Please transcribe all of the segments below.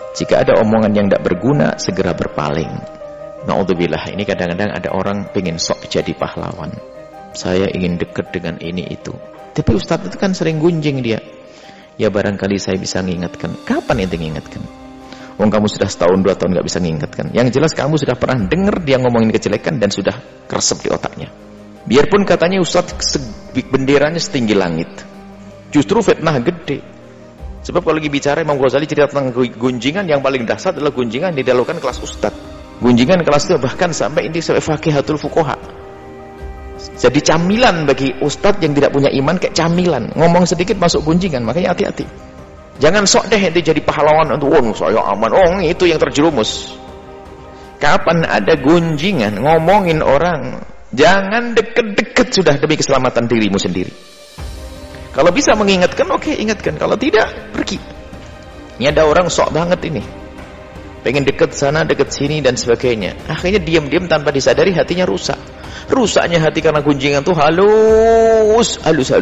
Jika ada omongan yang tidak berguna, segera berpaling. Na'udzubillah, ini kadang-kadang ada orang pengen sok jadi pahlawan. Saya ingin dekat dengan ini itu. Tapi ustadz itu kan sering gunjing dia. Ya barangkali saya bisa mengingatkan. Kapan ente mengingatkan? Kamu sudah setahun 2 tahun gak bisa mengingatkan. Yang jelas kamu sudah pernah dengar dia ngomongin kejelekan dan sudah keresep di otaknya. Biarpun katanya ustadz benderanya setinggi langit, justru fitnah gede. Sebab kalau lagi bicara Imam Ghazali cerita tentang gunjingan, yang paling dahsyat adalah gunjingan yang dilakukan kelas ustadz. Gunjingan kelas itu bahkan sampai ini sampai faqihatul fuqaha. Jadi camilan bagi ustadz yang tidak punya iman, kayak camilan. Ngomong sedikit masuk gunjingan, makanya hati-hati. Jangan sok deh nanti jadi pahlawan untuk saya aman. Itu yang terjerumus. Kapan ada gunjingan ngomongin orang, jangan deket-deket sudah demi keselamatan dirimu sendiri. Kalau bisa mengingatkan, oke, ingatkan. Kalau tidak, pergi. Ini ada orang sok banget ini, pengen deket sana, deket sini dan sebagainya. Akhirnya diam-diam tanpa disadari hatinya rusak. Rusaknya hati karena gunjingan tuh halus.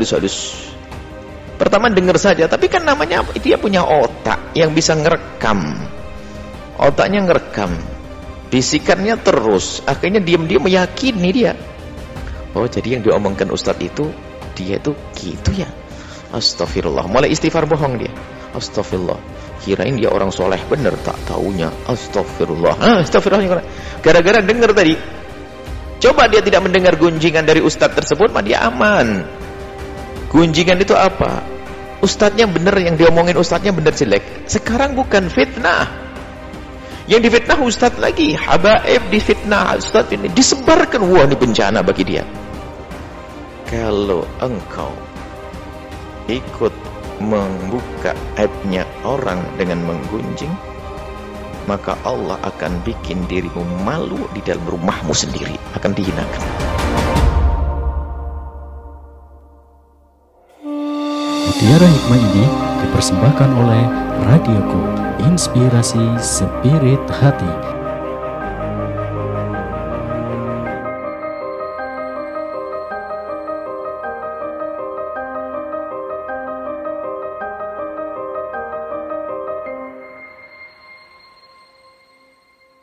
Pertama dengar saja, tapi kan namanya dia punya otak yang bisa ngerekam. Otaknya ngerekam, bisikannya terus. Akhirnya diam-diam meyakini dia. Oh, jadi yang diomongkan ustadz itu, dia itu gitu ya. Astagfirullah. Mulai istighfar bohong dia. Astagfirullah. Kirain dia orang soleh, bener tak taunya. Astagfirullah. Astagfirullah. Gara-gara dengar tadi. Coba dia tidak mendengar gunjingan dari ustadz tersebut, mah dia aman. Gunjingan itu apa? Ustadznya bener, yang diomongin ustadznya bener jelek. Sekarang bukan fitnah. Yang difitnah ustadz lagi. Habaib difitnah ustadz ini, disebarkan. Wah, ini bencana bagi dia. Kalau engkau ikut membuka aibnya orang dengan menggunjing, maka Allah akan bikin dirimu malu di dalam rumahmu sendiri, akan dihinakan. Mutiara hikmah ini dipersembahkan oleh Radioku, inspirasi spirit hati.